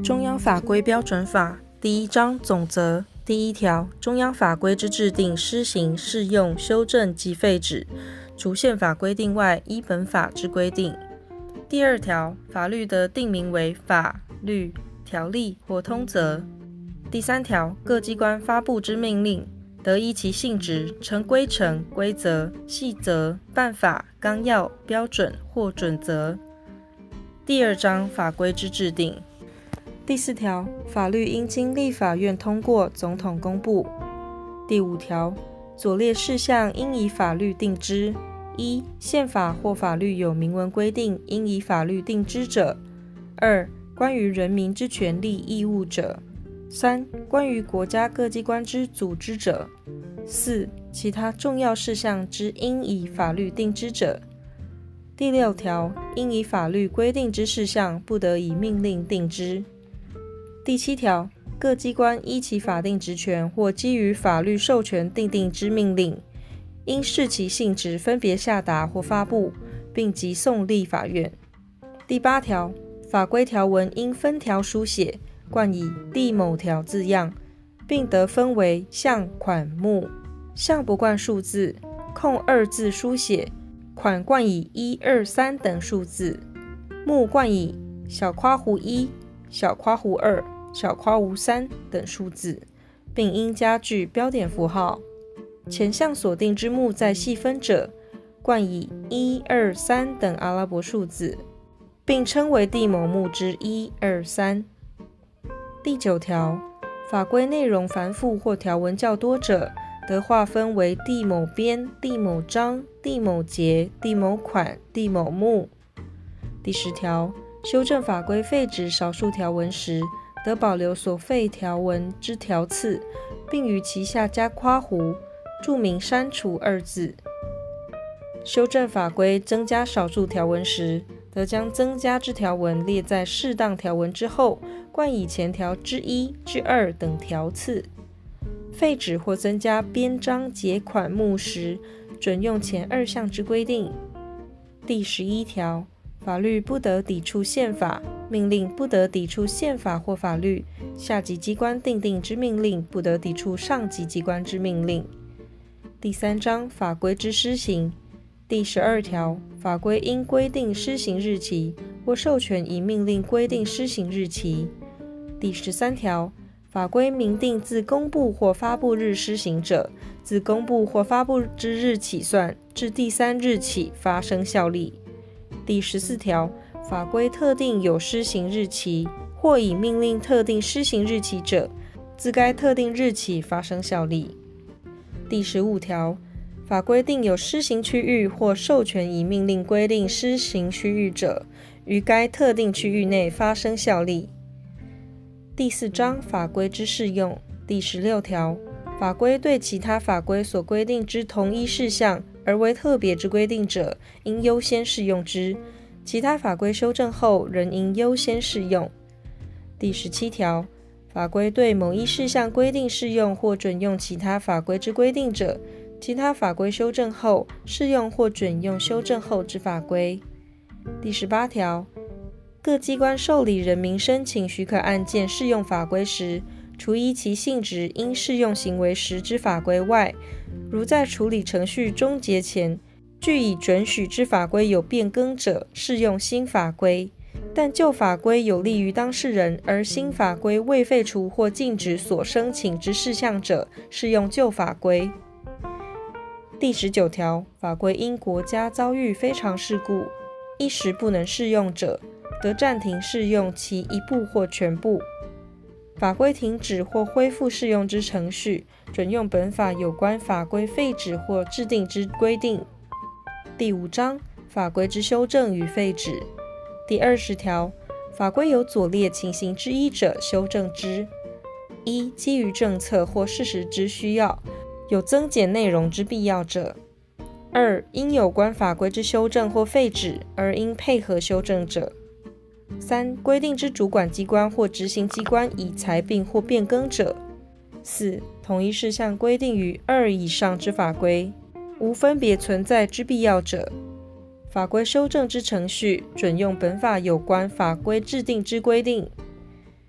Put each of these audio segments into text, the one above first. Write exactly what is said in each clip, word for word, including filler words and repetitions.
中央法规标准法第一章总则第一条，中央法规之制定、施行、适用、修正及废止，除宪法规定外，依本法之规定。第二条，法律得定名为法律、条例或通则。第三条，各机关发布之命令，得依其性质，成规程、规则、细则、办法、纲要、标准或准则。第二章，法规之制定。第四条，法律应经立法院通过，总统公布。第五条，左列事项应以法律定之：一、宪法或法律有明文规定，应以法律定之者；二、关于人民之权利义务者；三、关于国家各机关之组织者；四、其他重要事项之应以法律定之者。第六条，应以法律规定之事项，不得以命令定之。第七条，各机关依其法定职权或基于法律授权订定之命令，应视其性质分别下达或发布，并即送立法院。第八条，法规条文应分条书写，冠以第某条字样，并得分为项、款、目。项不冠数字，空二字书写，款冠以一、二、三等数字，目冠以小括弧一、小括弧二、小括弧三等数字，并应加具标点符号。前项所定之目在细分者，冠以一、二、三等阿拉伯数字，并称为第某目之一、二、三。第九条，法规内容繁复或条文较多者，得划分为第某编、第某章、第某节、第某款、第某目。第十条，修正法规废止少数条文时，得保留所废条文之条次，并于其下加括弧，注明删除二字。修正法规增加少数条文时，得将增加之条文列在适当条文之后，冠以前条之一、之二等条次。废止或增加编章、节、款、目时，准用前二项之规定。第十一条，法律不得抵触宪法，命令不得抵触宪法或法律，下级机关订定之命令不得抵触上级机关之命令。第三章，法规之施行。第十二条，法规应规定施行日期，或授权以命令规定施行日期。第十三条，法规明定自公布或发布日施行者，自公布或发布之日起算，至第三日起发生效力。第十四条，法规特定有施行日期，或以命令特定施行日期者，自该特定日起发生效力。第十五条，法规定有施行区域或授权以命令规定施行区域者，于该特定区域内发生效力。第四章，法规之适用。第十六条，法规对其他法规所规定之同一事项而为特别之规定者，应优先适用之；其他法规修正后，仍应优先适用。第十七条，法规对某一事项规定适用或准用其他法规之规定者，其他法规修正后，适用或准用修正后之法规。第十八条，各机关受理人民申请许可案件适用法规时，除依其性质应适用行为时之法规外，如在处理程序终结前，据以准许之法规有变更者，适用新法规；但旧法规有利于当事人，而新法规未废除或禁止所申请之事项者，适用旧法规。第十九条，法规因国家遭遇非常事故，一时不能适用者，得暂停适用其一部或全部。法规停止或恢复适用之程序，准用本法有关法规废止或制定之规定。第五章，法规之修正与废止。第二十条，法规有左列情形之一者，修正之：一、基于政策或事实之需要，有增减内容之必要者；二、因有关法规之修正或废止而应配合修正者；三、规定之主管机关或执行机关已裁并或变更者；四、同一事项规定于二以上之法规，无分别存在之必要者。法规修正之程序，准用本法有关法规制定之规定。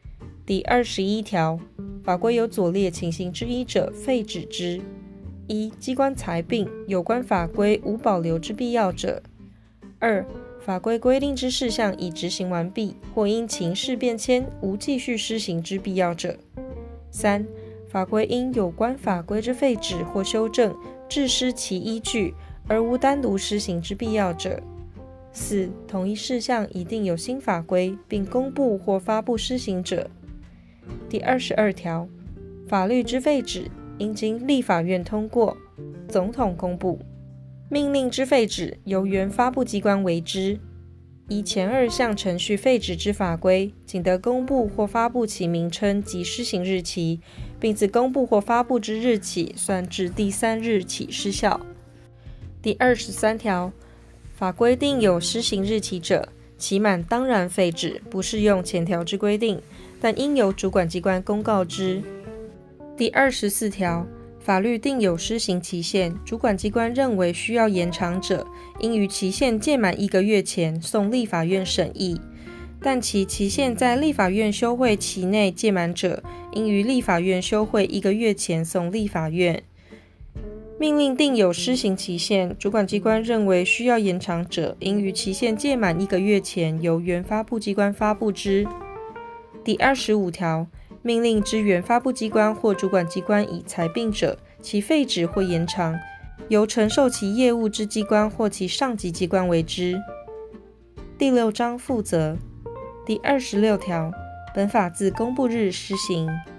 第二十一条，法规有左列情形之一者，废止之：一、机关裁并，有关法规无保留之必要者；二、法规规定之事项已执行完毕，或因情势变迁无继续施行之必要者；三、法规因有关法规之废止或修正，致失其依据，而无单独施行之必要者；四、同一事项已定有新法规，并公布或发布施行者。第二十二条，法律之废止，应经立法院通过，总统公布；命令之废止，由原发布机关为之。依前二项程序废止之法规，仅得公布或发布其名称及施行日期，并自公布或发布之日起算至第三日起失效。第二十三条，法规定有施行日期者，期满当然废止，不适用前条之规定，但应由主管机关公告之。第二十四条，法律定有施行期限，主管机关认为需要延长者，应于期限届满一个月前送立法院审议，但其期限在立法院休会期内届满者，应于立法院休会一个月前送立法院。命令定有施行期限，主管机关认为需要延长者，应于期限届满一个月前由原发布机关发布之。第二十五条，命令之原发布机关或主管机关已裁并者，其废止或延长，由承受其业务之机关或其上级机关为之。第六章负责。第二十六条，本法自公布日施行。